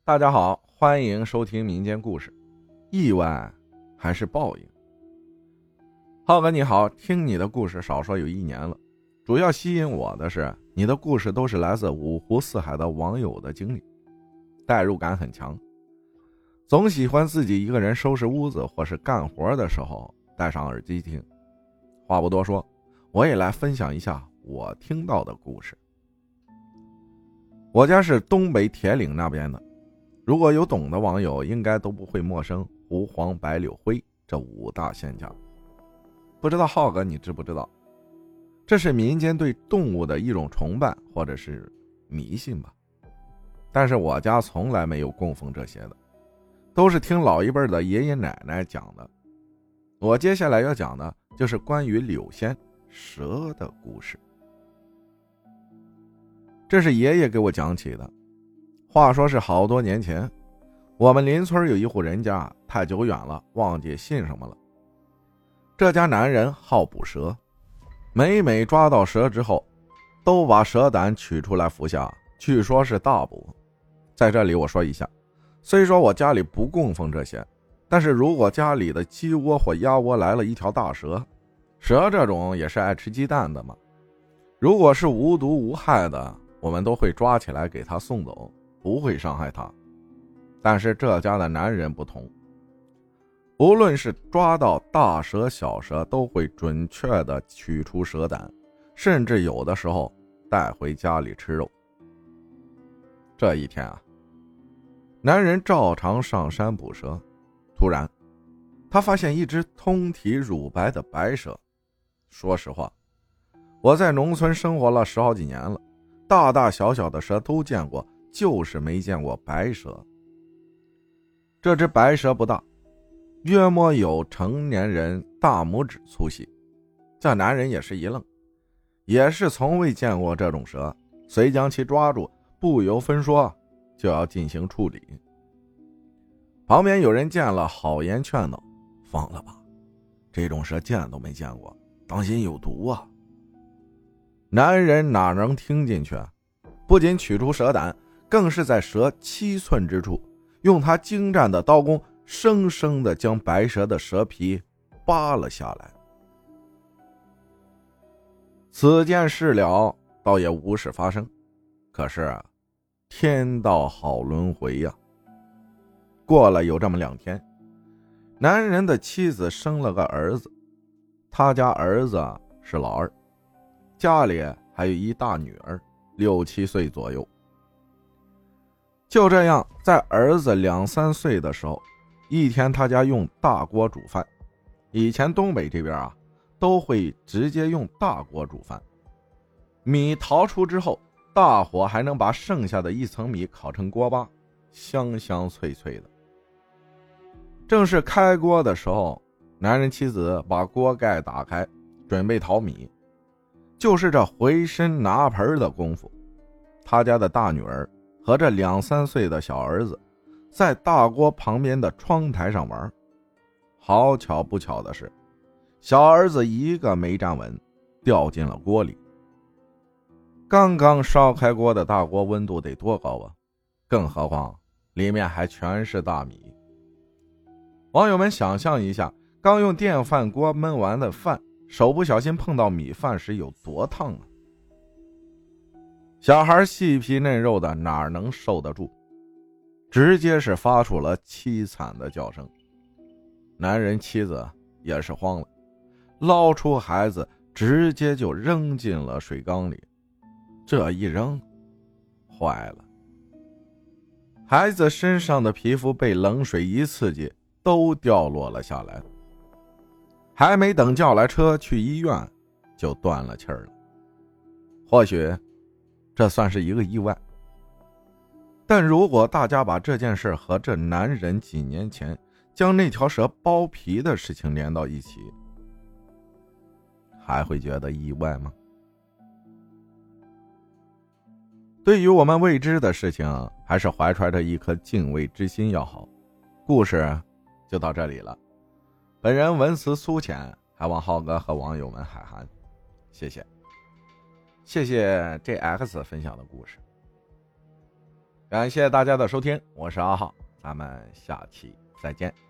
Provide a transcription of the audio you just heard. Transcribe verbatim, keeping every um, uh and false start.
大家好，欢迎收听民间故事。意外还是报应？浩哥你好，听你的故事少说有一年了，主要吸引我的是你的故事都是来自五湖四海的网友的经历，代入感很强。总喜欢自己一个人收拾屋子或是干活的时候戴上耳机听。话不多说，我也来分享一下我听到的故事。我家是东北铁岭那边的，如果有懂的网友应该都不会陌生胡黄白柳灰这五大县家。不知道浩哥你知不知道，这是民间对动物的一种崇拜或者是迷信吧。但是我家从来没有供奉这些的，都是听老一辈的爷爷奶奶讲的。我接下来要讲的就是关于柳仙蛇的故事。这是爷爷给我讲起的。话说是好多年前，我们邻村有一户人家，太久远了忘记姓什么了。这家男人好捕蛇，每每抓到蛇之后都把蛇胆取出来服下，据说是大补。在这里我说一下，虽说我家里不供奉这些，但是如果家里的鸡窝或鸭窝来了一条大蛇，蛇这种也是爱吃鸡蛋的嘛，如果是无毒无害的，我们都会抓起来给他送走，不会伤害他。但是这家的男人不同，无论是抓到大蛇小蛇都会准确地取出蛇胆，甚至有的时候带回家里吃肉。这一天啊，男人照常上山捕蛇，突然他发现一只通体乳白的白蛇。说实话，我在农村生活了十好几年了，大大小小的蛇都见过，就是没见过白蛇。这只白蛇不大，约莫有成年人大拇指粗细。这男人也是一愣，也是从未见过这种蛇，遂将其抓住，不由分说就要进行处理。旁边有人见了，好言劝导，放了吧，这种蛇见都没见过，当心有毒啊。男人哪能听进去啊，不仅取出蛇胆，更是在蛇七寸之处用他精湛的刀工生生地将白蛇的蛇皮扒了下来。此件事了，倒也无事发生。可是天道好轮回呀、啊。过了有这么两天，男人的妻子生了个儿子，他家儿子是老二，家里还有一大女儿，六七岁左右。就这样，在儿子两三岁的时候，一天他家用大锅煮饭。以前东北这边啊，都会直接用大锅煮饭。米淘出之后，大火还能把剩下的一层米烤成锅巴，香香脆脆的。正是开锅的时候，男人妻子把锅盖打开，准备淘米。就是这回身拿盆的功夫，他家的大女儿和这两三岁的小儿子在大锅旁边的窗台上玩。好巧不巧的是，小儿子一个没站稳，掉进了锅里。刚刚烧开锅的大锅温度得多高啊，更何况里面还全是大米。网友们想象一下，刚用电饭锅焖完的饭，手不小心碰到米饭时有多烫啊！小孩细皮嫩肉的，哪能受得住，直接是发出了凄惨的叫声。男人妻子也是慌了，捞出孩子直接就扔进了水缸里。这一扔，坏了，孩子身上的皮肤被冷水一刺激，都掉落了下来。还没等叫来车去医院，就断了气儿了。或许这算是一个意外，但如果大家把这件事和这男人几年前将那条蛇剥皮的事情连到一起，还会觉得意外吗？对于我们未知的事情，还是怀揣着一颗敬畏之心要好。故事就到这里了，本人文词粗浅，还望浩哥和网友们海涵，谢谢。谢谢 J X 分享的故事。 感谢大家的收听，我是阿浩，咱们下期再见。